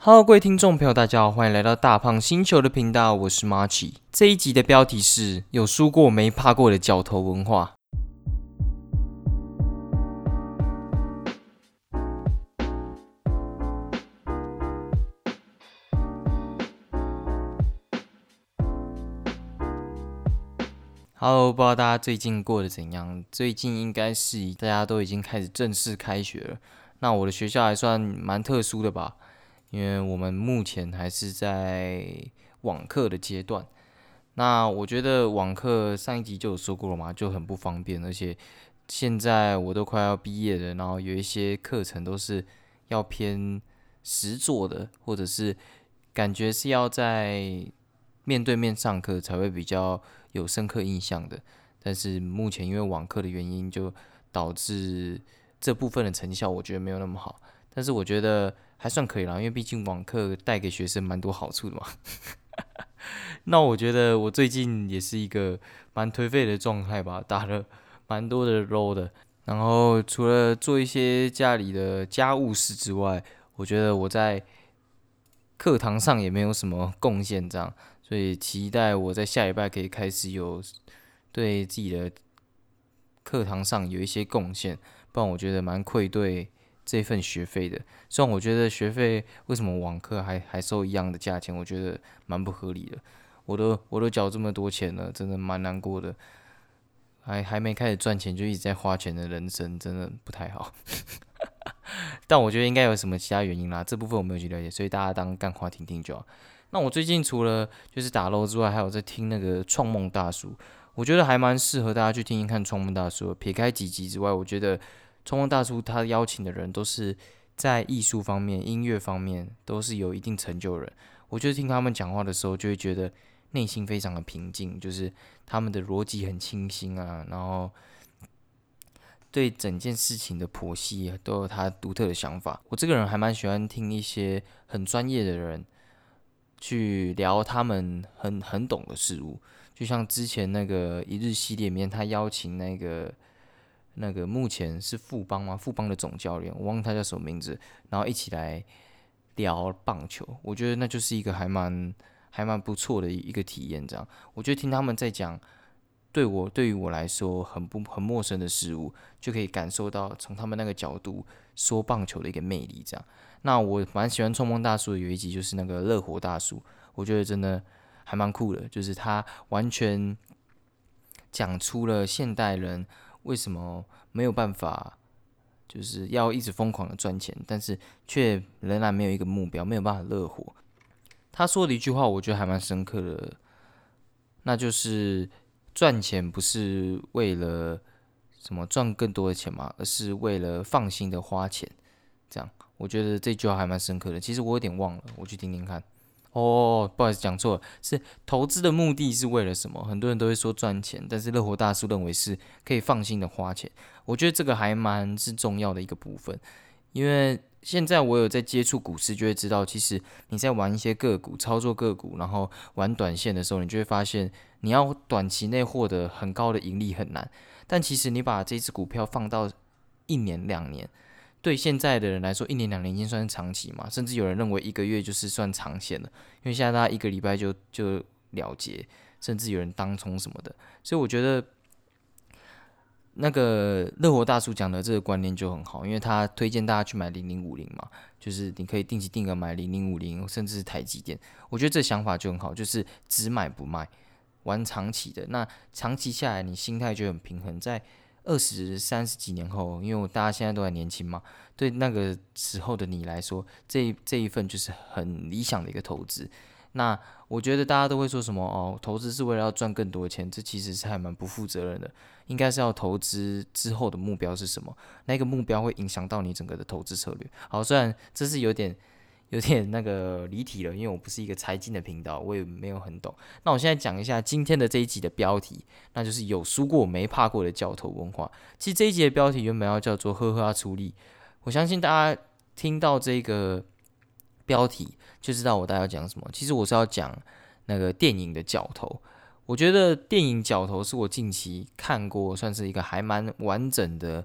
Hello，各位听众朋友，大家好，欢迎来到大胖星球的频道，我是 Marchi。这一集的标题是有输过没怕过的角头文化。Hello，不知道大家最近过得怎样？最近应该是大家都已经开始正式开学了。那我的学校还算蛮特殊的吧，因为我们目前还是在网课的阶段。那我觉得网课上一集就有说过了嘛，就很不方便，而且现在我都快要毕业了，然后有一些课程都是要偏实作的，或者是感觉是要在面对面上课才会比较有深刻印象的。但是目前因为网课的原因，就导致这部分的成效我觉得没有那么好。但是我觉得还算可以啦，因为毕竟网课带给学生蛮多好处的嘛。那我觉得我最近也是一个蛮颓废的状态吧，打了蛮多的 low 的。然后除了做一些家里的家务事之外，我觉得我在课堂上也没有什么贡献，这样，所以期待我在下礼拜可以开始有对自己的课堂上有一些贡献，不然我觉得蛮愧对这份学费的。虽然我觉得学费为什么网课还收一样的价钱，我觉得蛮不合理的。我都缴这么多钱了，真的蛮难过的。还没开始赚钱就一直在花钱的人生，真的不太好。但我觉得应该有什么其他原因啦，这部分我没有去了解，所以大家当干话听听就好。那我最近除了就是打 LO 之外，还有在听那个创梦大叔，我觉得还蛮适合大家去听听看创梦大叔的。撇开几集之外，我觉得创梦大叔他邀请的人都是在艺术方面、音乐方面都是有一定成就的人。我觉得听他们讲话的时候，就会觉得内心非常的平静，就是他们的逻辑很清晰啊，然后对整件事情的剖析都有他独特的想法。我这个人还蛮喜欢听一些很专业的人去聊他们很懂的事物，就像之前那个一日系列里面，他邀请那个目前是富邦吗？富邦的总教练，我忘了他叫什么名字，然后一起来聊棒球，我觉得那就是一个还蛮不错的一个体验。这样，我觉得听他们在讲对于我来说很陌生的事物，就可以感受到从他们那个角度说棒球的一个魅力。这样，那我蛮喜欢冲梦大叔的有一集就是那个热火大叔，我觉得真的还蛮酷的，就是他完全讲出了现代人为什么没有办法。就是要一直疯狂的赚钱，但是却仍然没有一个目标，没有办法热火。他说的一句话，我觉得还蛮深刻的，那就是赚钱不是为了什么赚更多的钱嘛，而是为了放心的花钱。这样，我觉得这句话还蛮深刻的。其实我有点忘了，我去听听看。哦，不好意思，讲错了，是投资的目的是为了什么？很多人都会说赚钱，但是乐活大叔认为是可以放心的花钱。我觉得这个还蛮是重要的一个部分，因为现在我有在接触股市，就会知道，其实你在玩一些个股、操作个股，然后玩短线的时候，你就会发现，你要短期内获得很高的盈利很难。但其实你把这只股票放到1年、2年，对现在的人来说，1年、2年已经算是长期嘛，甚至有人认为1个月就是算长线了，因为现在大家1个礼拜就了结，甚至有人当冲什么的，所以我觉得那个乐活大叔讲的这个观念就很好，因为他推荐大家去买0050嘛，就是你可以定期定额买0050，甚至是台积电，我觉得这想法就很好，就是只买不卖，玩长期的，那长期下来你心态就很平衡，在20、30几年后，因为大家现在都还年轻嘛，对那个时候的你来说，这一份就是很理想的一个投资。那我觉得大家都会说什么哦，投资是为了要赚更多的钱，这其实是还蛮不负责任的。应该是要投资之后的目标是什么？那个目标会影响到你整个的投资策略。好，虽然这是有点那个离题了，因为我不是一个财经的频道，我也没有很懂。那我现在讲一下今天的这一集的标题，那就是有输过没怕过的教头文化。其实这一集的标题原本要叫做“呵呵啊出力”，我相信大家听到这个标题就知道我大概要讲什么。其实我是要讲那个电影的角头。我觉得电影角头是我近期看过算是一个还蛮完整的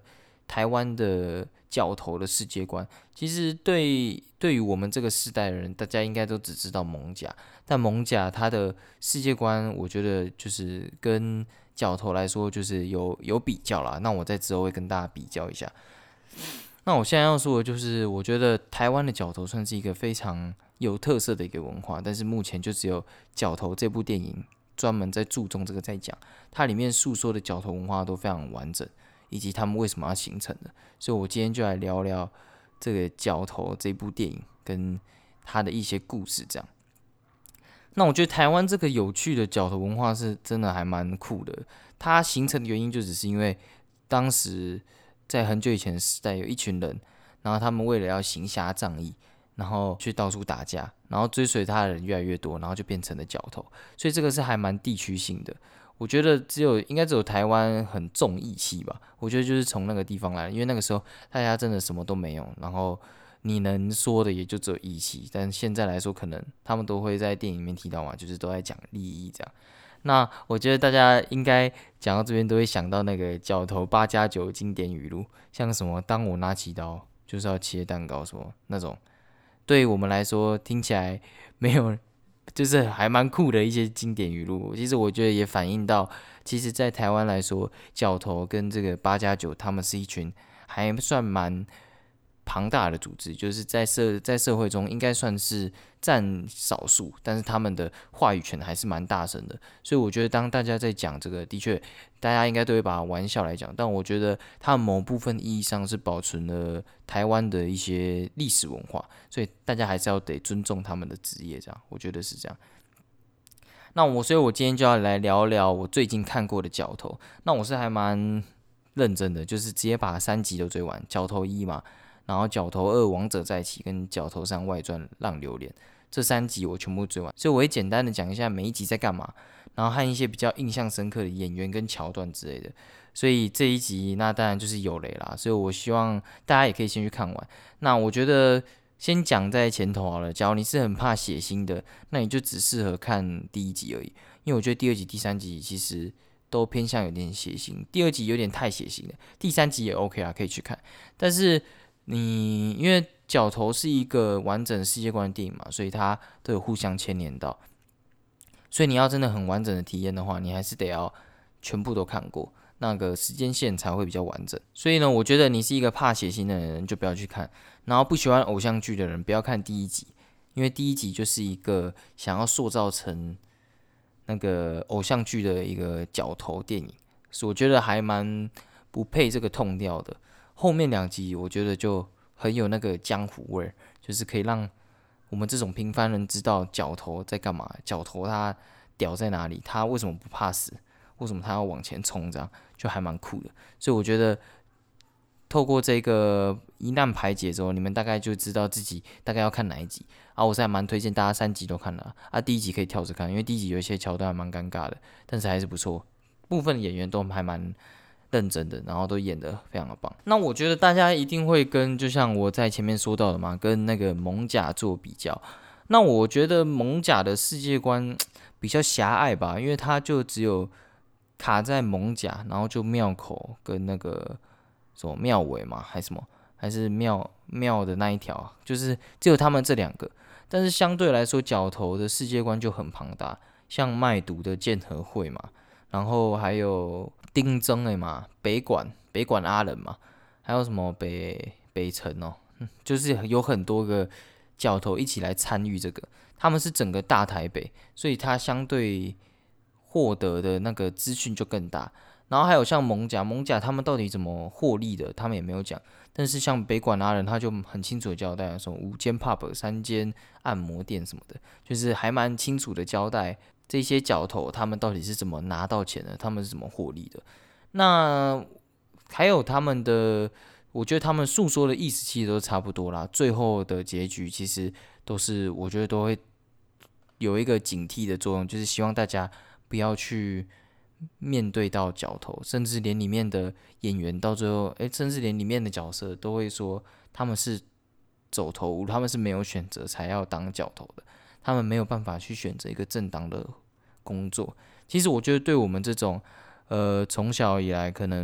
台湾的角头的世界观。其实对于我们这个世代的人，大家应该都只知道蒙甲，但蒙甲它的世界观，我觉得就是跟角头来说，就是有比较啦。那我在之后会跟大家比较一下。那我现在要说的就是，我觉得台湾的角头算是一个非常有特色的一个文化，但是目前就只有角头这部电影专门在注重这个在讲，它里面诉说的角头文化都非常完整，以及他们为什么要形成的。所以我今天就来聊聊这个角头这部电影跟它的一些故事，这样。那我觉得台湾这个有趣的角头文化是真的还蛮酷的，它形成的原因就只是因为当时在很久以前的时代，有一群人，然后他们为了要行侠仗义，然后去到处打架，然后追随他的人越来越多，然后就变成了角头。所以这个是还蛮地区性的。我觉得应该只有台湾很重义气吧。我觉得就是从那个地方来的，因为那个时候大家真的什么都没有，然后你能说的也就只有义气。但现在来说，可能他们都会在电影里面提到嘛，就是都在讲利益这样。那我觉得大家应该讲到这边都会想到那个角头8+9经典语录，像什么当我拿起刀就是要切蛋糕什么那种，对于我们来说听起来没有，就是还蛮酷的一些经典语录。其实我觉得也反映到，其实在台湾来说，角头跟这个8+9他们是一群还算蛮庞大的组织，就是在社会中应该算是占少数，但是他们的话语权还是蛮大声的。所以我觉得当大家在讲这个，的确大家应该都会把玩笑来讲，但我觉得它某部分意义上是保存了台湾的一些历史文化，所以大家还是要得尊重他们的职业，这样我觉得是这样。所以我今天就要来聊聊我最近看过的角头。那我是还蛮认真的，就是直接把3集都追完，角头1嘛。然后角头2王者再起跟角头3外传浪流连这3集我全部追完，所以我会简单的讲一下每一集在干嘛，然后和一些比较印象深刻的演员跟桥段之类的。所以这一集那当然就是有雷啦，所以我希望大家也可以先去看完。那我觉得先讲在前头好了，假如你是很怕血腥的，那你就只适合看第1集而已，因为我觉得第2集、第3集其实都偏向有点血腥，第2集有点太血腥了，第3集也 OK 啦，可以去看，但是因为角头是一个完整的世界观的电影嘛，所以它都有互相牵连到，所以你要真的很完整的体验的话，你还是得要全部都看过，那个时间线才会比较完整。所以呢，我觉得你是一个怕血腥的人就不要去看，然后不喜欢偶像剧的人不要看第1集，因为第1集就是一个想要塑造成那个偶像剧的一个角头电影，所以我觉得还蛮不配这个痛调的。后面2集我觉得就很有那个江湖味，就是可以让我们这种平凡人知道角头在干嘛，角头他屌在哪里，他为什么不怕死，为什么他要往前冲，这样就还蛮酷的。所以我觉得透过这个一难排解之后，你们大概就知道自己大概要看哪一集啊。我是还蛮推荐大家3集都看了啊，第1集可以跳着看，因为第1集有一些桥段还蛮尴尬的，但是还是不错，部分演员都还蛮认真的，然后都演得非常的棒。那我觉得大家一定会就像我在前面说到的嘛，跟那个蒙甲做比较。那我觉得蒙甲的世界观比较狭隘吧，因为它就只有卡在蒙甲，然后就庙口跟那个什么庙尾嘛，还是什么，还是庙的那一条，就是只有他们这2个。但是相对来说，角头的世界观就很庞大，像卖毒的剑和会嘛，然后还有丁真的嘛，北管阿仁嘛，还有什么北城哦，就是有很多个角头一起来参与这个，他们是整个大台北，所以他相对获得的那个资讯就更大。然后还有像蒙甲他们到底怎么获利的，他们也没有讲。但是像北管阿仁他就很清楚的交代，什么5间 pub、3间按摩店什么的，就是还蛮清楚的交代这些角头他们到底是怎么拿到钱的，他们是怎么获利的。那还有他们的，我觉得他们诉说的意思其实都差不多啦。最后的结局其实都是，我觉得都会有一个警惕的作用，就是希望大家不要去面对到角头，甚至连里面的演员到最后，甚至连里面的角色都会说他们是走投无路，他们是没有选择才要当角头的，他们没有办法去选择一个正当的工作。其实我觉得对我们这种从小以来可能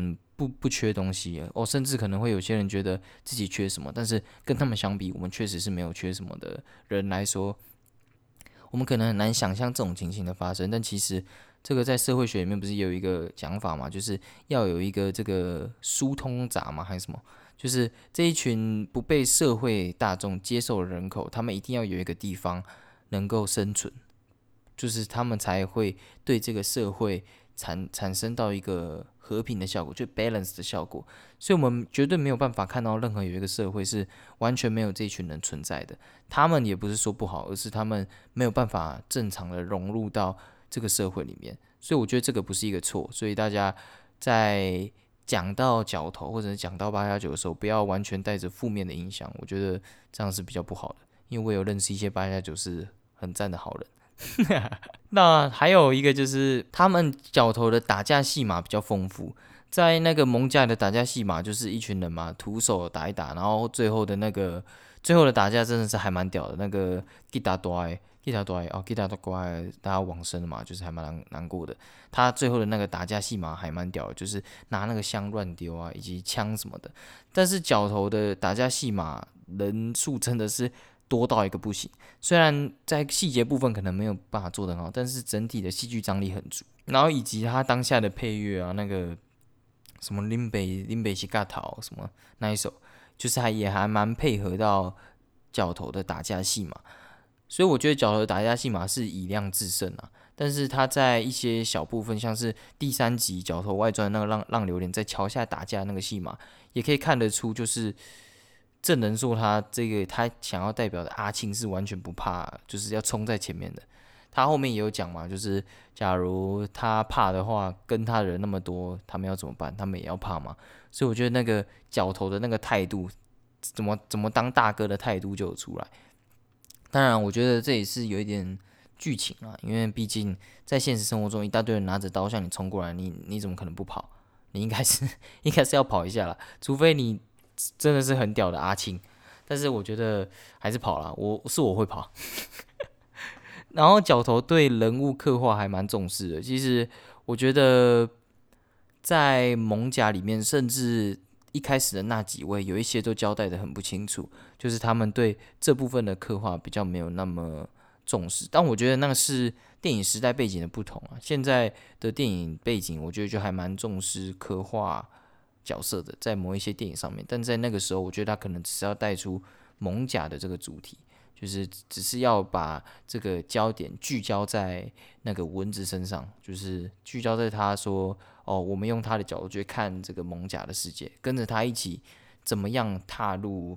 不缺东西甚至可能会有些人觉得自己缺什么，但是跟他们相比，我们确实是没有缺什么的人来说，我们可能很难想象这种情形的发生。但其实这个在社会学里面不是也有一个讲法嘛，就是要有一个这个疏通闸嘛，还是什么？就是这一群不被社会大众接受的人口，他们一定要有一个地方能够生存，就是他们才会对这个社会产生到一个和平的效果，就 balance 的效果。所以，我们绝对没有办法看到任何有一个社会是完全没有这一群人存在的。他们也不是说不好，而是他们没有办法正常的融入到这个社会里面。所以，我觉得这个不是一个错。所以，大家在讲到角头或者讲到8+9的时候，不要完全带着负面的影响，我觉得这样是比较不好的。因为我有认识一些8+9是很赞的好人。那还有一个就是他们角头的打架戏码比较丰富，在那个蒙甲的打架戏码就是一群人嘛，徒手打一打，然后最后的打架真的是还蛮屌的，那个吉达多埃，他往生了嘛，就是还蛮难过的。他最后的那个打架戏码还蛮屌的，就是拿那个香乱丢啊，以及枪什么的。但是角头的打架戏码人数真的是多到一个不行，虽然在细节部分可能没有办法做得很好，但是整体的戏剧张力很足。然后以及他当下的配乐啊，那个什么林北西嘎桃什么那一首，就是也还蛮配合到角头的打架戏嘛。所以我觉得角头的打架戏码是以量制胜啊，但是他在一些小部分，像是第3集角头外传那个浪流连在桥下打架那个戏码，也可以看得出，就是郑人硕他想要代表的阿庆是完全不怕，就是要冲在前面的。他后面也有讲嘛，就是假如他怕的话，跟他的人那么多，他们要怎么办？他们也要怕嘛。所以我觉得那个角头的那个态度，怎么当大哥的态度就有出来。当然，我觉得这也是有一点剧情啊，因为毕竟在现实生活中，一大堆人拿着刀向你冲过来，你怎么可能不跑？你应该是要跑一下啦，除非你真的是很屌的阿青。但是我觉得还是跑啦，我会跑。然后角头对人物刻画还蛮重视的，其实我觉得在蒙甲里面，甚至一开始的那几位，有一些都交代的很不清楚，就是他们对这部分的刻画比较没有那么重视。但我觉得那个是电影时代背景的不同啊，现在的电影背景，我觉得就还蛮重视刻画角色的，在某一些电影上面。但在那个时候，我觉得他可能只是要带出蒙甲的这个主题。就是只是要把这个焦点聚焦在那个蚊子身上，就是聚焦在他说，我们用他的角度去看这个蒙甲的世界，跟着他一起怎么样踏入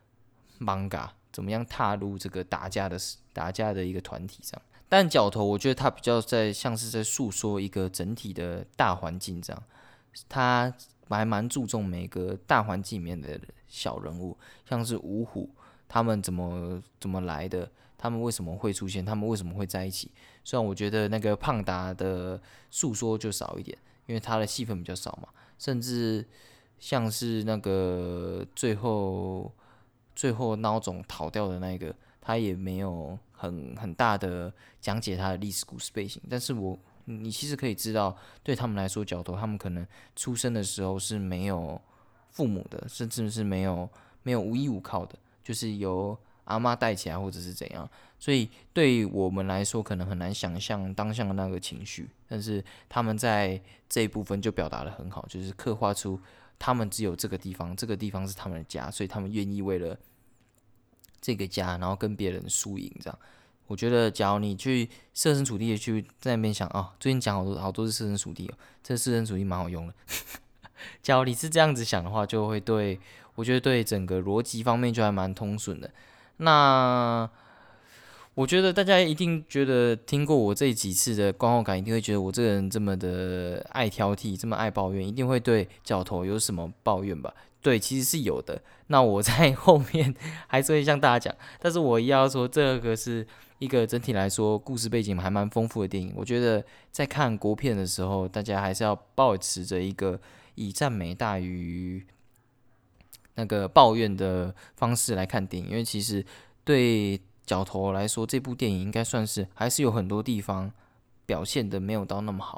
manga， 怎么样踏入这个打架的一个团体上。但角头我觉得他比较像是在诉说一个整体的大环境这样，他还蛮注重每个大环境里面的小人物，像是五虎。他们怎么来的？他们为什么会出现？他们为什么会在一起？虽然我觉得那个胖达的诉说就少一点，因为他的戏份比较少嘛。甚至像是那个最后孬种逃掉的那个，他也没有很大的讲解他的历史故事背景。但是你其实可以知道，对他们来说，角头他们可能出生的时候是没有父母的，甚至是没有无依无靠的。就是由阿妈带起来，或者是怎样，所以对我们来说可能很难想象当下的那个情绪，但是他们在这一部分就表达得很好，就是刻画出他们只有这个地方，这个地方是他们的家，所以他们愿意为了这个家，然后跟别人输赢这样。我觉得，假如你去设身处地的去在那边想啊，最近讲好多是设身处地哦，这设身处地蛮好用的。假如你是这样子想的话，就会我觉得对整个逻辑方面就还蛮通顺的。那我觉得大家一定觉得听过我这几次的观后感，一定会觉得我这个人这么的爱挑剔，这么爱抱怨，一定会对角头有什么抱怨吧？对，其实是有的。那我在后面还是会向大家讲，但是我要说，这个是一个整体来说故事背景还蛮丰富的电影。我觉得在看国片的时候，大家还是要保持着一个以赞美大于那个抱怨的方式来看电影，因为其实对角头来说，这部电影应该算是还是有很多地方表现的没有到那么好，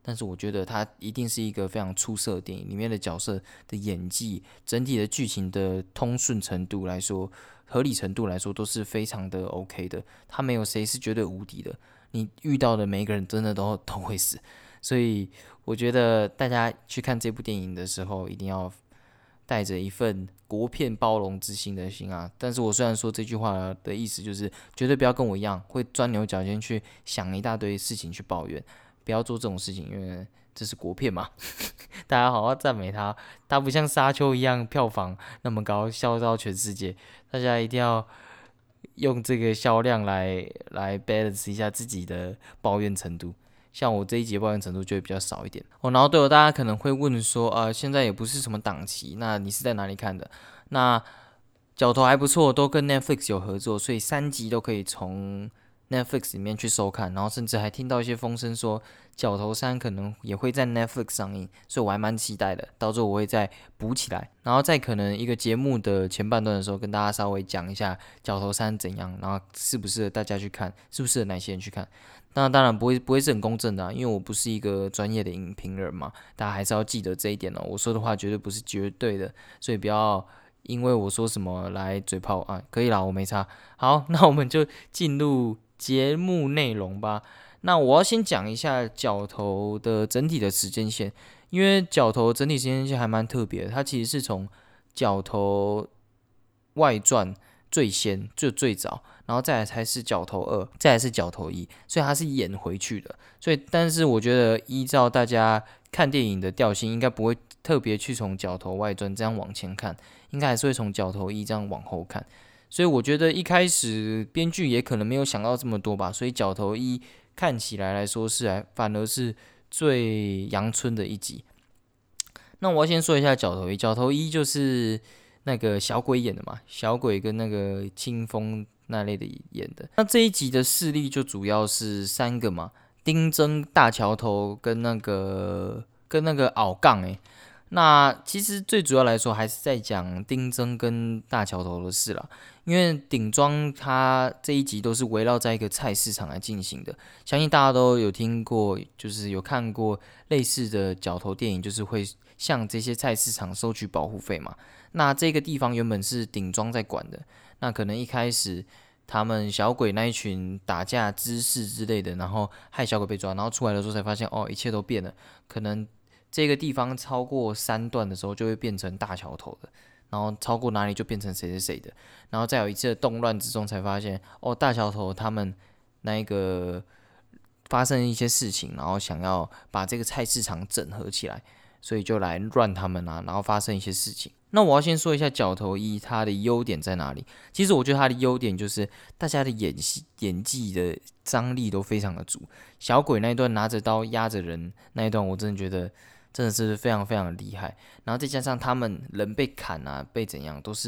但是我觉得它一定是一个非常出色的电影，里面的角色的演技、整体的剧情的通顺程度来说、合理程度来说都是非常的 OK 的。它没有谁是绝对无敌的，你遇到的每一个人真的都会死，所以我觉得大家去看这部电影的时候，一定要带着一份国片包容之心的心啊。但是我虽然说这句话的意思就是绝对不要跟我一样会钻牛角尖去想一大堆事情去抱怨，不要做这种事情，因为这是国片嘛。大家好好赞美它，它不像沙丘一样票房那么高，销到全世界，大家一定要用这个销量来 balance 一下自己的抱怨程度。像我这一集抱怨程度就会比较少一点哦。然后对大家可能会问说，现在也不是什么档期，那你是在哪里看的？那角头还不错，都跟 Netflix 有合作，所以3集都可以从 Netflix 里面去收看，然后甚至还听到一些风声说角头3可能也会在 Netflix 上映，所以我还蛮期待的，到时候我会再补起来，然后在可能一个节目的前半段的时候跟大家稍微讲一下角头3怎样，然后适不适合大家去看，适不适合哪些人去看。那当然不会是很公正的因为我不是一个专业的影评人嘛，大家还是要记得这一点我说的话绝对不是绝对的，所以不要因为我说什么来嘴炮可以啦，我没差。好，那我们就进入节目内容吧。那我要先讲一下角头的整体的时间线，因为角头整体时间线还蛮特别的，它其实是从角头外传最先最早，然后再来才是角头2，再来是角头1，所以它是演回去的。所以，但是我觉得依照大家看电影的调性，应该不会特别去从角头外传这样往前看，应该还是会从角头1这样往后看。所以我觉得一开始编剧也可能没有想到这么多吧，所以角头1看起来说反而是最阳春的一集。那我要先说一下角头1，角头1就是那个小鬼演的嘛，小鬼跟那个清风那类的演的。那这一集的势力就主要是3个嘛，丁真、大桥头跟那个鳌杠那其实最主要来说还是在讲丁真跟大桥头的事啦，因为顶庄它这一集都是围绕在一个菜市场来进行的，相信大家都有听过，就是有看过类似的角头电影，就是会向这些菜市场收取保护费嘛。那这个地方原本是顶庄在管的，那可能一开始他们小鬼那一群打架滋事之类的，然后害小鬼被抓，然后出来的时候才发现一切都变了，可能这个地方超过3段的时候就会变成大桥头的，然后超过哪里就变成谁谁谁的，然后再有一次的动乱之中才发现大桥头他们那一个发生一些事情，然后想要把这个菜市场整合起来，所以就来乱他们然后发生一些事情。那我要先说一下角头1它的优点在哪里。其实我觉得它的优点就是大家的演技的张力都非常的足。小鬼那一段拿着刀压着人那一段，我真的觉得真的是非常非常的厉害。然后再加上他们人被砍被怎样，都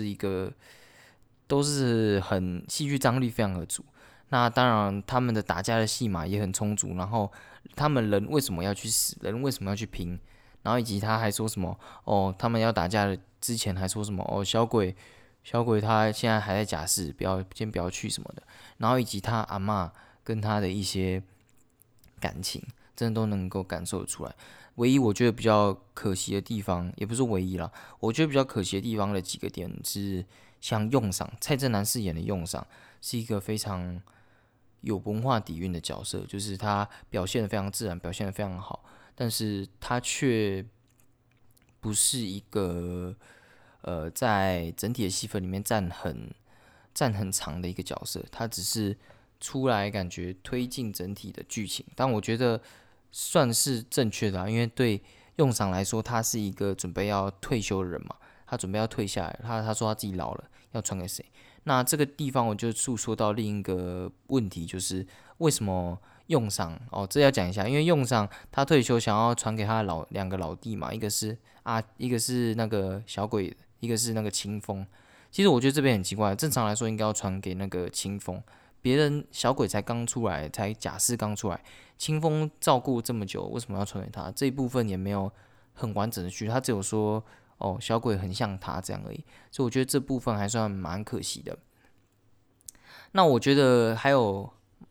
是很戏剧张力非常的足。那当然他们的打架的戏码也很充足，然后他们人为什么要去死，人为什么要去拼，然后以及他还说什么他们要打架的之前还说什么小鬼他现在还在假释，先不要去什么的，然后以及他阿嬷跟他的一些感情，真的都能够感受得出来。唯一我觉得比较可惜的地方，也不是唯一啦，我觉得比较可惜的地方的几个点是，像用上蔡正南饰演的用上是一个非常有文化底蕴的角色，就是他表现得非常自然，表现得非常好，但是他却不是一个在整体的戏份里面占很长的一个角色，他只是出来感觉推进整体的剧情，但我觉得算是正确的因为对用上来说，他是一个准备要退休的人嘛，他准备要退下来，他说他自己老了，要传给谁？那这个地方我就诉说到另一个问题，就是为什么用上这要讲一下，因为用上他退休想要传给他的两个老弟嘛，一个是那个小鬼，一个是那个清风。其实我觉得这边很奇怪，正常来说应该要传给那个清风，别人小鬼才刚出来，才假释刚出来，清风照顾这么久，为什么要传给他？这一部分也没有很完整的剧，他只有说小鬼很像他这样而已，所以我觉得这部分还算蛮可惜的。那我觉得还有，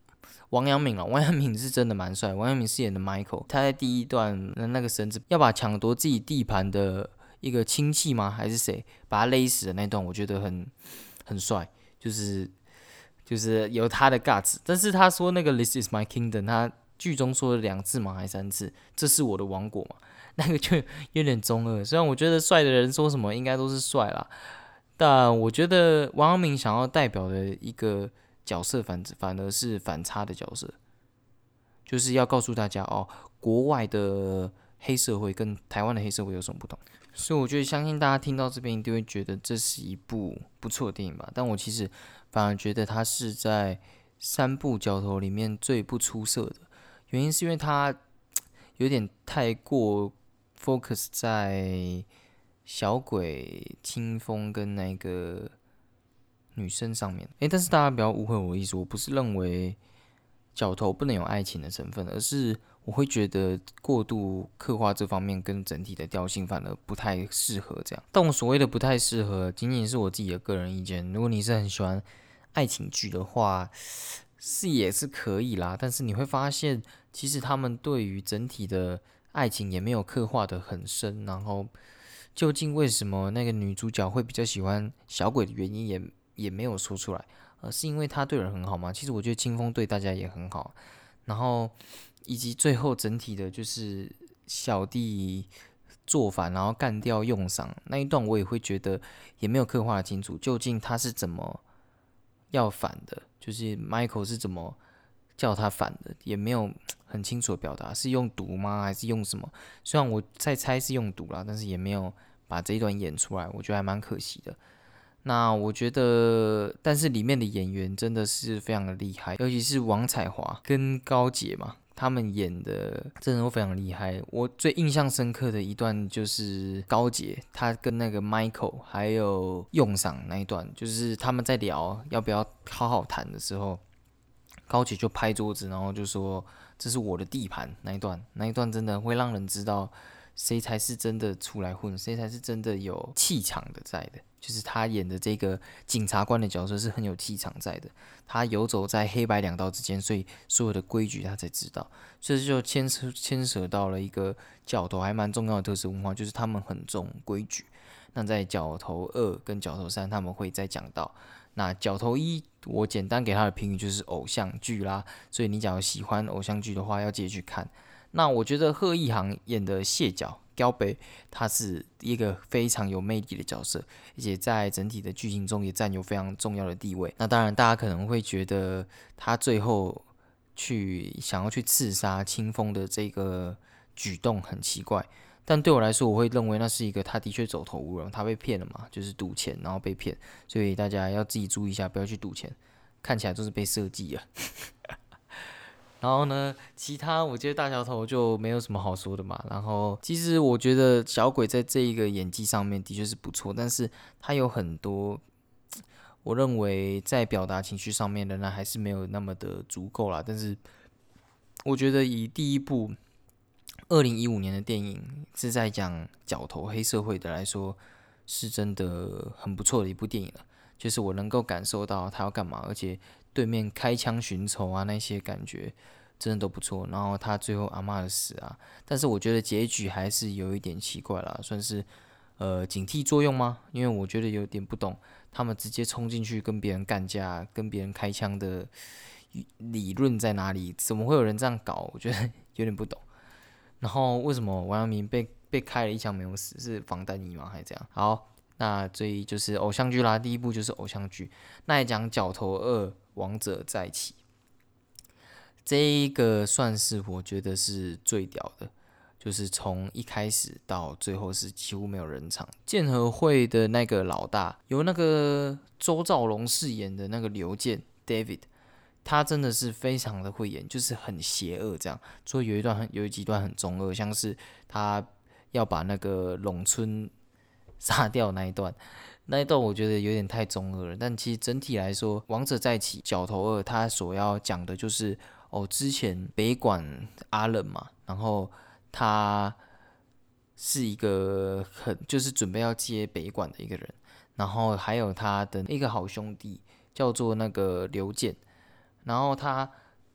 王阳明了，王阳明是真的蛮帅。王阳明饰演的 Michael，他在第一段的那个绳子要把抢夺自己地盘的一个亲戚吗？还是谁把他勒死的那段，我觉得很帅，就是有他的 guts。但是他说那个 "This is my kingdom"，他剧中说了2次吗？还是3次？这是我的王国嘛？那个就有点中二。虽然我觉得帅的人说什么应该都是帅啦，但我觉得王阳明想要代表的一个角色反而是反差的角色，就是要告诉大家哦，国外的黑社会跟台湾的黑社会有什么不同。所以我觉得，相信大家听到这边一定会觉得这是一部不错的电影吧。但我其实反而觉得它是在3部角头里面最不出色的，原因是因为它有点太过 focus 在小鬼、清风跟那个女生上面。但是大家不要误会我的意思，我不是认为角头不能有爱情的成分，而是我会觉得过度刻画这方面跟整体的调性反而不太适合这样。但我所谓的不太适合，仅仅是我自己的个人意见。如果你是很喜欢爱情剧的话，也是可以啦。但是你会发现，其实他们对于整体的爱情也没有刻画的很深。然后，究竟为什么那个女主角会比较喜欢小鬼的原因也没有说出来。是因为他对人很好吗？其实我觉得清风对大家也很好。然后以及最后整体的就是小弟做反，然后干掉用赏那一段，我也会觉得也没有刻画的清楚，究竟他是怎么要反的，就是 Michael 是怎么叫他反的，也没有很清楚的表达，是用毒吗？还是用什么？虽然我在猜是用毒啦，但是也没有把这一段演出来，我觉得还蛮可惜的。那我觉得，但是里面的演员真的是非常的厉害，尤其是王彩华跟高洁嘛，他们演的真的都非常厉害。我最印象深刻的一段就是高洁，他跟那个 Michael 还有用上那一段，就是他们在聊要不要好好谈的时候，高洁就拍桌子，然后就说这是我的地盘。那一段真的会让人知道谁才是真的出来混，谁才是真的有气场的在的。就是他演的这个检察官的角色是很有气场在的，他游走在黑白两道之间，所以所有的规矩他才知道，所以就牵扯到了一个角头还蛮重要的特色文化，就是他们很重规矩。那在角头2跟角头3他们会再讲到。那角头1我简单给他的评语就是偶像剧啦，所以你假如喜欢偶像剧的话，要记得去看。那我觉得贺一航演的蟹脚高北，他是一个非常有魅力的角色，而且在整体的剧情中也占有非常重要的地位。那当然，大家可能会觉得他最后想要去刺杀清风的这个举动很奇怪，但对我来说，我会认为那是一个他的确走投无路，他被骗了嘛，就是赌钱然后被骗，所以大家要自己注意一下，不要去赌钱，看起来都是被设计了。然后呢，其他我觉得大小头就没有什么好说的嘛。然后其实我觉得小鬼在这一个演技上面的确是不错，但是他有很多，我认为在表达情绪上面仍然还是没有那么的足够啦。但是我觉得以第一部2015年的电影是在讲角头黑社会的来说，是真的很不错的一部电影了。就是我能够感受到他要干嘛，而且对面开枪寻仇啊那些感觉真的都不错。然后他最后阿嬷的死啊，但是我觉得结局还是有一点奇怪啦，算是警惕作用吗？因为我觉得有点不懂，他们直接冲进去跟别人干架、跟别人开枪的理论在哪里？怎么会有人这样搞？我觉得有点不懂。然后为什么王阳明被开了一枪没有死？是防弹衣吗？还是这样？好，那这就是偶像剧啦。第一部就是偶像剧，那也讲角头2王者再起，这一个算是我觉得是最屌的，就是从一开始到最后是几乎没有人场。剑和会的那个老大，由那个周兆龙饰演的那个刘健 David。他真的是非常的会演，就是很邪恶这样。所以有几段很中二，像是他要把那个陇村杀掉那一段，我觉得有点太中二了。但其实整体来说，《王者再起》角头2他所要讲的就是之前北管阿冷嘛，然后他是一个就是准备要接北管的一个人，然后还有他的一个好兄弟叫做那个刘健。然后他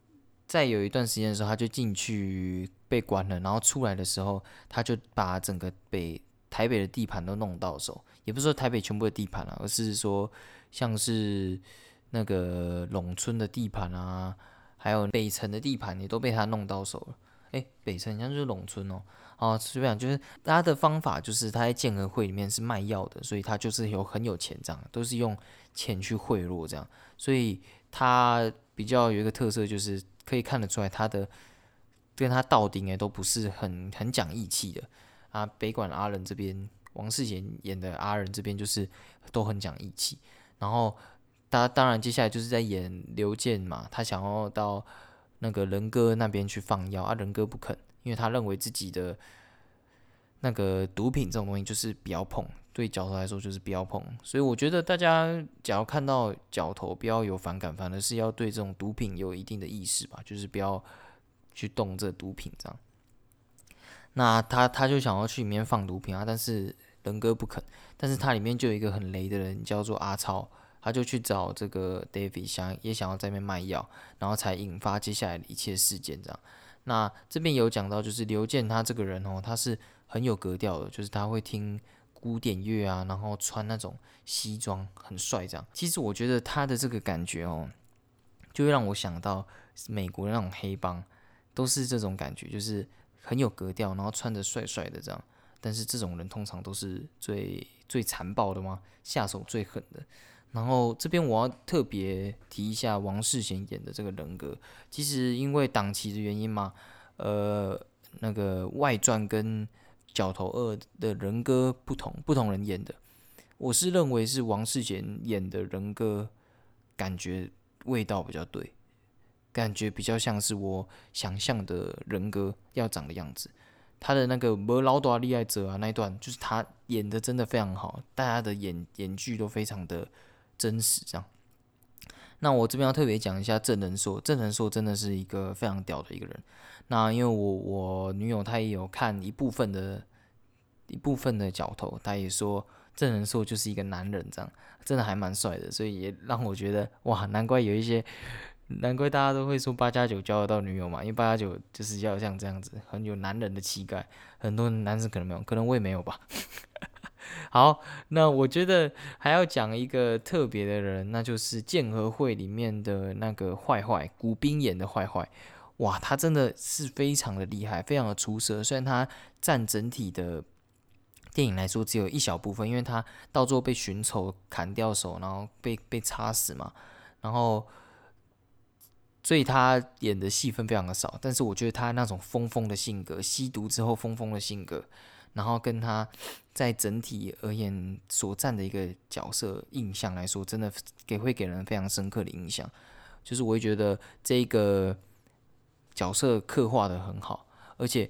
在有一段时间的时候，他就进去被关了，然后出来的时候，他就把整个台北的地盘都弄到手，也不是说台北全部的地盘啊，而是说像是那个陇村的地盘啊，还有北城的地盘也都被他弄到手了。北城好像就是陇村哦。随便讲，就是他的方法就是他在建和会里面是卖药的，所以他就是很有钱这样，都是用钱去贿赂这样，所以他比较有一个特色就是可以看得出来跟他道顶都不是很讲义气的啊。北管阿仁这边，王世贤演的阿仁这边就是都很讲义气，然后他当然接下来就是在演刘健嘛，他想要到那个仁哥那边去放药啊，仁哥不肯，因为他认为自己的那个毒品这种东西就是不要碰，对角头来说就是不要碰，所以我觉得大家假如看到角头不要有反感，反而是要对这种毒品有一定的意识吧，就是不要去动这毒品这样。那他就想要去里面放毒品啊，但是仁哥不肯，但是他里面就有一个很雷的人叫做阿超，他就去找这个 David 也想要在那边卖药，然后才引发接下来的一切事件这样。那这边有讲到，就是刘健他这个人他是很有格调的，就是他会听古典乐啊，然后穿那种西装，很帅这样。其实我觉得他的这个感觉就会让我想到美国的那种黑帮，都是这种感觉，就是很有格调，然后穿着帅帅的这样。但是这种人通常都是最残暴的嘛，下手最狠的。然后这边我要特别提一下王世贤演的这个人格，其实因为档期的原因嘛，那个外传跟角头二的人格不同人演的，我是认为是王世贤演的人格，感觉味道比较对，感觉比较像是我想象的人格要长的样子。他的那个没老大厉害者啊那一段，就是他演的真的非常好，大家的演技都非常的真实，这样。那我这边要特别讲一下郑仁硕，郑仁硕真的是一个非常屌的一个人。那因为我女友她也有看一部分的角头，她也说郑仁硕就是一个男人，这样真的还蛮帅的，所以也让我觉得哇，难怪大家都会说8+9交得到女友嘛，因为8+9就是要像这样子，很有男人的气概。很多男生可能没有，可能我也没有吧。好，那我觉得还要讲一个特别的人，那就是剑和会里面的那个坏坏，古兵演的坏坏。哇，他真的是非常的厉害，非常的出色。虽然他占整体的电影来说只有一小部分，因为他到最后被寻仇砍掉手，然后被插死嘛，然后所以他演的戏份非常的少。但是我觉得他那种疯疯的性格，吸毒之后疯疯的性格，然后跟他在整体而言所占的一个角色印象来说，真的会给人非常深刻的印象。就是我会觉得这个角色刻画的很好，而且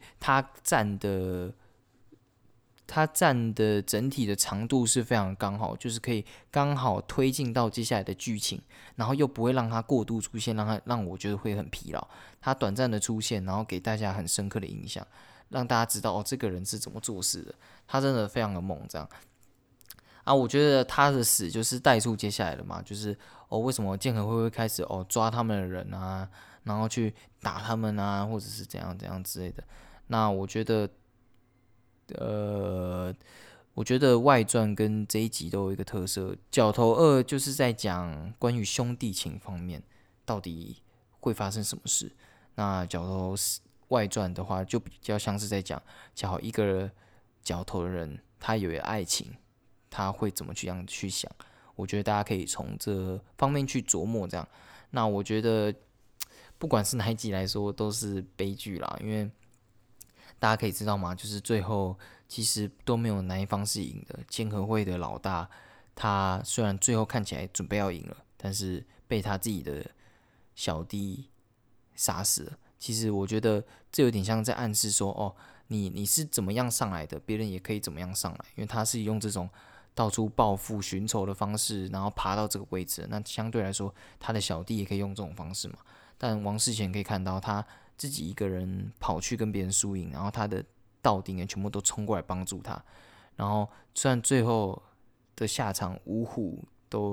他占的整体的长度是非常刚好，就是可以刚好推进到接下来的剧情，然后又不会让它过度出现，让我觉得会很疲劳。他短暂的出现，然后给大家很深刻的印象，让大家知道这个人是怎么做事的，他真的非常的猛，这样。啊，我觉得他的死就是带出接下来的嘛，就是为什么剑河会开始抓他们的人啊，然后去打他们啊，或者是怎样怎样之类的。那我觉得外传跟这一集都有一个特色，角头二就是在讲关于兄弟情方面到底会发生什么事。那角头外传的话，就比较像是在讲一个角头的人，他有爱情，他会怎么去想。我觉得大家可以从这方面去琢磨这样。那我觉得不管是哪一集来说，都是悲剧啦，因为大家可以知道嘛，就是最后其实都没有哪一方是赢的。剑和会的老大，他虽然最后看起来准备要赢了，但是被他自己的小弟杀死了。其实我觉得这有点像在暗示说，你是怎么样上来的，别人也可以怎么样上来，因为他是用这种到处报复、寻仇的方式，然后爬到这个位置。那相对来说，他的小弟也可以用这种方式嘛。但王世贤可以看到，他自己一个人跑去跟别人输赢，然后他的道顶也全部都冲过来帮助他。然后虽然最后的下场五虎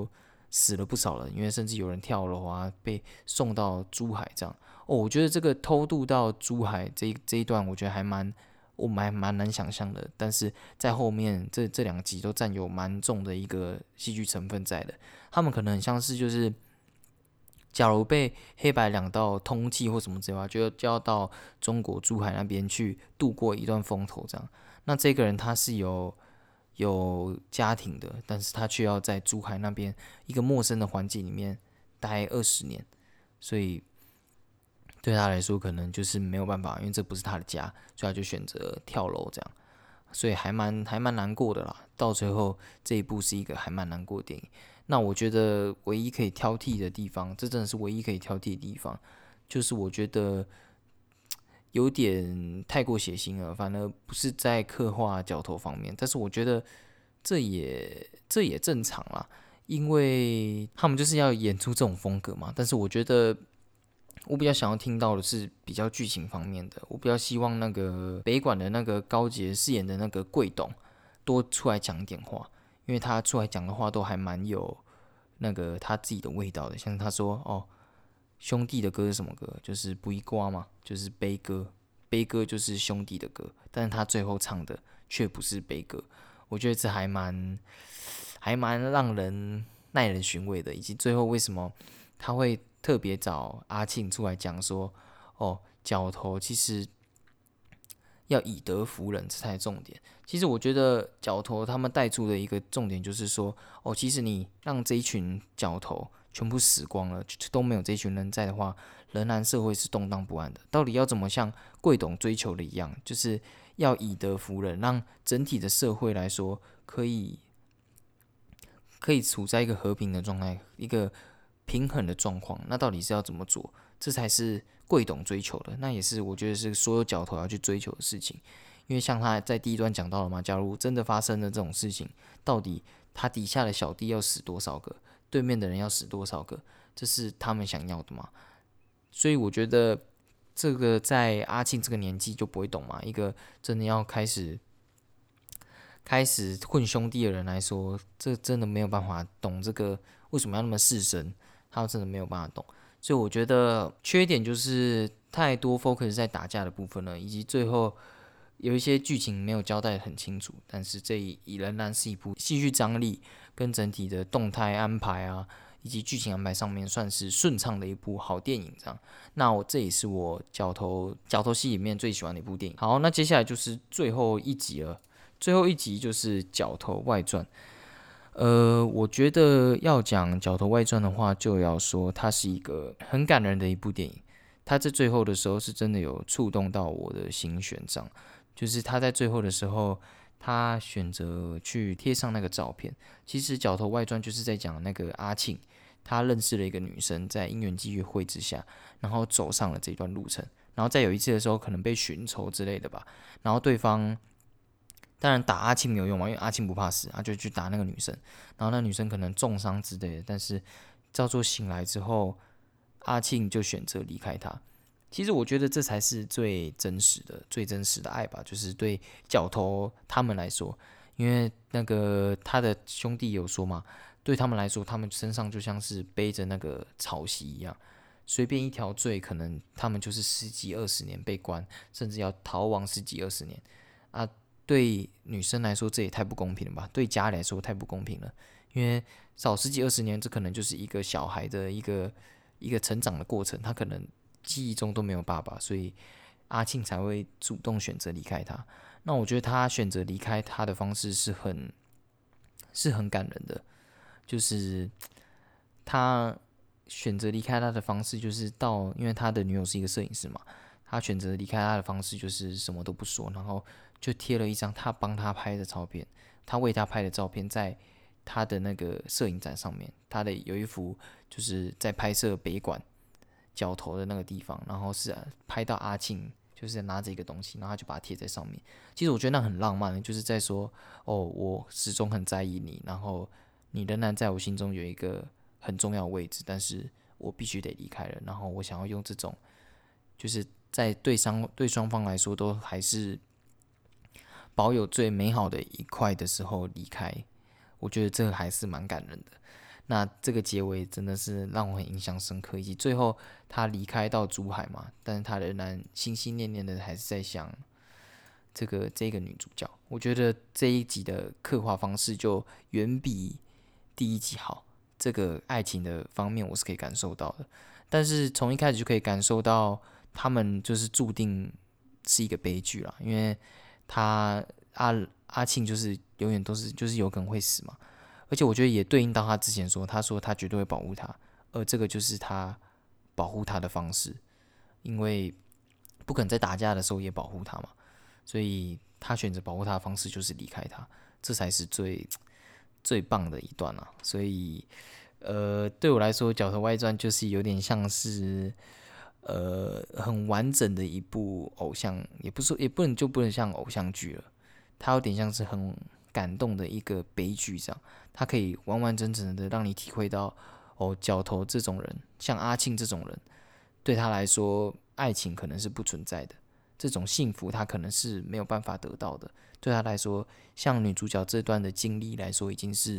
死了不少人，因为甚至有人跳楼啊，被送到珠海这样。我觉得这个偷渡到珠海这一段，我觉得我蛮难想象的。但是在后面这两集都占有蛮重的一个戏剧成分在的。他们可能很像是就是，假如被黑白两道通缉或什么之类的话，就要到中国珠海那边去度过一段风头这样。那这个人他是有家庭的，但是他却要在珠海那边一个陌生的环境里面待20年，所以对他来说可能就是没有办法，因为这不是他的家，所以他就选择跳楼这样，所以还蛮难过的啦。到最后这一部是一个还蛮难过的电影。那我觉得唯一可以挑剔的地方，这真的是唯一可以挑剔的地方，就是我觉得有点太过血腥了，反而不是在刻画角头方面，但是我觉得这也正常啦，因为他们就是要演出这种风格嘛。但是我觉得我比较想要听到的是比较剧情方面的，我比较希望那个北管的那个高杰饰演的那个贵董多出来讲一点话，因为他出来讲的话都还蛮有那个他自己的味道的，像他说哦。兄弟的歌是什么歌？就是不一瓜嘛，就是悲歌。悲歌就是兄弟的歌，但是他最后唱的却不是悲歌。我觉得这还蛮让人耐人寻味的，以及最后为什么他会特别找阿庆出来讲说，哦，角头其实要以德服人，这才是重点。其实我觉得角头他们带出的一个重点就是说，哦，其实你让这一群角头全部死光了，都没有这群人在的话，仍然社会是动荡不安的。到底要怎么像贵董追求的一样，就是要以德服人，让整体的社会来说可以处在一个和平的状态，一个平衡的状况。那到底是要怎么做？这才是贵董追求的，那也是我觉得是所有角头要去追求的事情。因为像他在第一段讲到了嘛，假如真的发生了这种事情，到底他底下的小弟要死多少个，对面的人要死多少个，这是他们想要的嘛？所以我觉得这个在阿庆这个年纪就不会懂嘛。一个真的要开始混兄弟的人来说，这真的没有办法懂这个为什么要那么视神，他真的没有办法懂。所以我觉得缺点就是太多 focus 在打架的部分了，以及最后有一些剧情没有交代得很清楚。但是这仍然是一部戏剧张力跟整体的动态安排啊，以及剧情安排上面算是顺畅的一部好电影这样。那这也是我角头戏里面最喜欢的一部电影。好，那接下来就是最后一集了。最后一集就是《角头外传》。我觉得要讲《角头外传》的话，就要说它是一个很感人的一部电影。它在最后的时候是真的有触动到我的心弦上，就是他在最后的时候，他选择去贴上那个照片。其实《角头外传》就是在讲那个阿庆，他认识了一个女生，在因缘际会之下，然后走上了这段路程。然后在有一次的时候，可能被寻仇之类的吧，然后对方。当然打阿庆没有用嘛，因为阿庆不怕死，他就去打那个女生，然后那女生可能重伤之类的，但是叫做醒来之后，阿庆就选择离开他。其实我觉得这才是最真实的爱吧，就是对角头他们来说，因为那个他的兄弟有说嘛，对他们来说，他们身上就像是背着那个草席一样，随便一条罪，可能他们就是十几二十年被关，甚至要逃亡十几二十年啊。对女生来说，这也太不公平了吧？对家里来说太不公平了，因为少十几二十年，这可能就是一个小孩的一个成长的过程，他可能记忆中都没有爸爸，所以阿庆才会主动选择离开他。那我觉得他选择离开他的方式是很感人的，就是他选择离开他的方式，就是因为他的女友是一个摄影师嘛，他选择离开他的方式就是什么都不说，然后就贴了一张他帮他拍的照片，他为他拍的照片在他的那个摄影展上面，他的有一幅就是在拍摄北馆角头的那个地方，然后是拍到阿庆就是拿着一个东西，然后他就把它贴在上面。其实我觉得那很浪漫，就是在说哦，我始终很在意你，然后你仍然在我心中有一个很重要的位置，但是我必须得离开了。然后我想要用这种，就是在对双方来说都还是保有最美好的一块的时候离开，我觉得这个还是蛮感人的。 那这个结尾真的是让我很印象深刻，以及最后他离开到珠海嘛，但是他仍然心心念念的还是在想这个女主角。我觉得这一集的刻画方式就远比第一集好，这个爱情的方面我是可以感受到的。但是从一开始就可以感受到，他们就是注定是一个悲剧啦，因为阿庆就是永远都是就是有可能会死嘛，而且我觉得也对应到他之前说，他说他绝对会保护他，而这个就是他保护他的方式，因为不可能在打架的时候也保护他嘛，所以他选择保护他的方式就是离开他，这才是最棒的一段啊。所以对我来说，《角头外传》就是有点像是很完整的一部偶像，也不能像偶像剧了，它有点像是很感动的一个悲剧这样，它可以完完整整的让你体会到角头这种人，像阿庆这种人，对他来说，爱情可能是不存在的，这种幸福他可能是没有办法得到的。对他来说，像女主角这段的经历来说，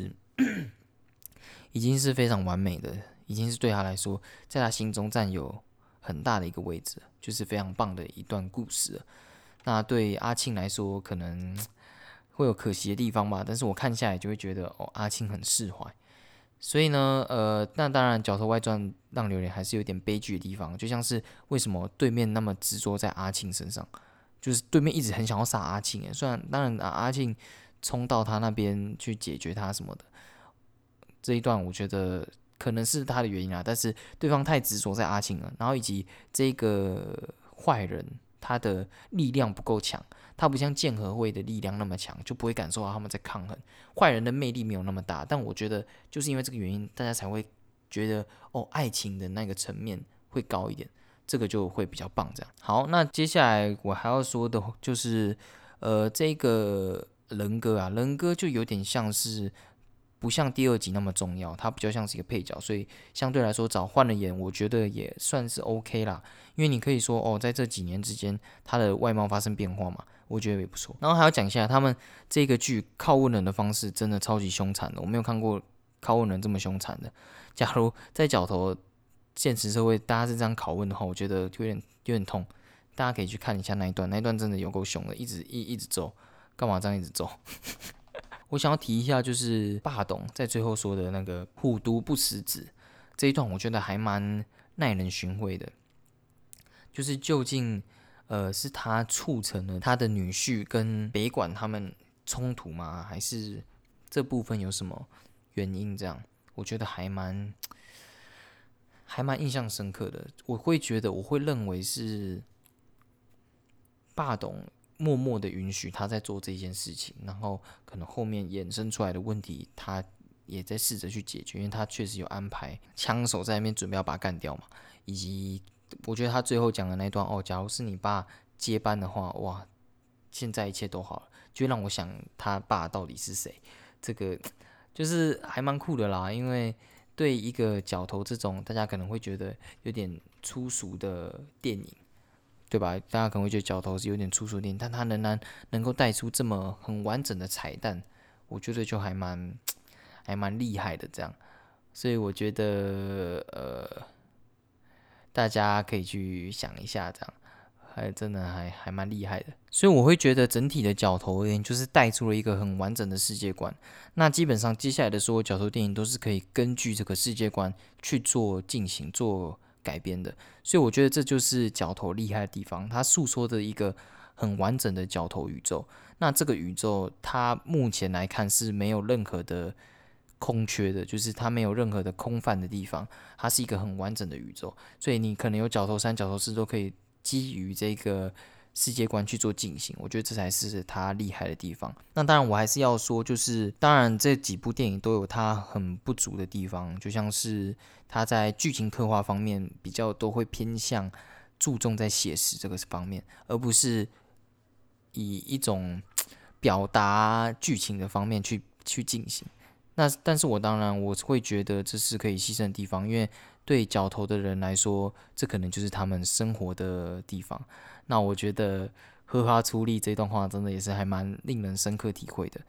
已经是非常完美的，已经是对他来说，在他心中占有很大的一个位置，就是非常棒的一段故事了。那对阿庆来说，可能会有可惜的地方吧，但是我看下来就会觉得，阿庆很释怀。所以呢，那当然，《角头外传》让榴莲还是有点悲剧的地方，就像是为什么对面那么执着在阿庆身上，就是对面一直很想要杀阿庆，虽然当然阿庆冲到他那边去解决他什么的，这一段我觉得可能是他的原因啊，但是对方太执着在阿庆了，然后以及这个坏人他的力量不够强，他不像剑和会的力量那么强，就不会感受到他们在抗衡。坏人的魅力没有那么大，但我觉得就是因为这个原因，大家才会觉得爱情的那个层面会高一点，这个就会比较棒。这样好，那接下来我还要说的就是，这个人哥啊，人哥就有点像是。不像第二集那么重要，他比较像是一个配角，所以相对来说找换了演，我觉得也算是 OK 啦。因为你可以说在这几年之间，他的外貌发生变化嘛，我觉得也不错。然后还要讲一下，他们这个剧拷问人的方式真的超级凶残的，我没有看过拷问人这么凶残的。假如在角头现实社会大家是这样拷问的话，我觉得有点痛。大家可以去看一下那一段，那一段真的有够凶的，一直揍，干嘛这样一直揍？我想要提一下，就是霸董在最后说的那个虎毒不食子这一段，我觉得还蛮耐人寻味的。就是究竟是他促成了他的女婿跟北管他们冲突吗？还是这部分有什么原因？这样我觉得还蛮印象深刻的。我会认为是霸董默默的允许他在做这件事情，然后可能后面衍生出来的问题，他也在试着去解决，因为他确实有安排枪手在那边准备要把他干掉嘛，以及我觉得他最后讲的那段假如是你爸接班的话，哇，现在一切都好了，就让我想他爸到底是谁，这个就是还蛮酷的啦，因为对一个角头这种大家可能会觉得有点粗俗的电影。对吧？大家可能会觉得角头是有点粗俗点，但他仍然能够带出这么很完整的彩蛋，我觉得就还蛮厉害的这样。所以我觉得大家可以去想一下，这样还真的还蛮厉害的。所以我会觉得整体的角头而言，就是带出了一个很完整的世界观。那基本上接下来的所有角头电影都是可以根据这个世界观去做改编的，所以我觉得这就是角头厉害的地方，它诉说的一个很完整的角头宇宙。那这个宇宙，它目前来看是没有任何的空缺的，就是它没有任何的空泛的地方，它是一个很完整的宇宙。所以你可能有角头三、角头四都可以基于这个世界观去做进行，我觉得这才是他厉害的地方。那当然，我还是要说，就是当然这几部电影都有它很不足的地方，就像是它在剧情刻画方面比较都会偏向注重在写实这个方面，而不是以一种表达剧情的方面去进行。那但是我会觉得这是可以牺牲的地方，因为对角头的人来说，这可能就是他们生活的地方。那我觉得荷花出力这段话真的也是还蛮令人深刻体会的。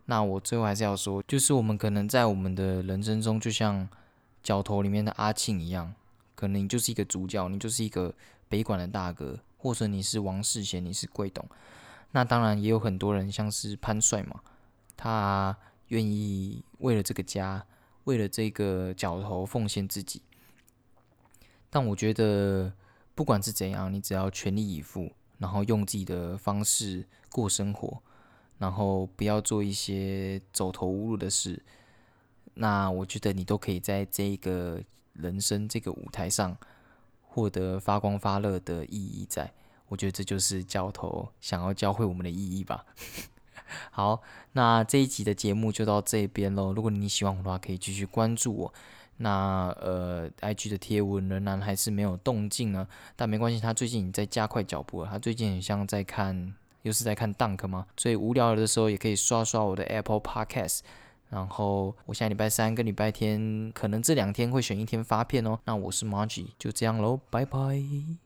那我最后还是要说，就是我们可能在我们的人生中，就像角头里面的阿庆一样，可能你就是一个主角，你就是一个北管的大哥，或者你是王世贤，你是贵董。那当然也有很多人，像是潘帅嘛，他愿意为了这个家，为了这个角头奉献自己。但我觉得，不管是怎样，你只要全力以赴，然后用自己的方式过生活，然后不要做一些走投无路的事，那我觉得你都可以在这个人生这个舞台上获得发光发热的意义在。我觉得这就是教头想要教会我们的意义吧。好，那这一集的节目就到这边咯。如果你喜欢我的话，可以继续关注我。那IG 的贴文仍然还是没有动静呢，但没关系，他最近已经在加快脚步了。他最近很像在看，又是在看 Dunk 吗？所以无聊的时候也可以刷刷我的 Apple Podcast。然后我现在礼拜三跟礼拜天，可能这2天会选一天发片哦。那我是 Margie，就这样喽，拜拜。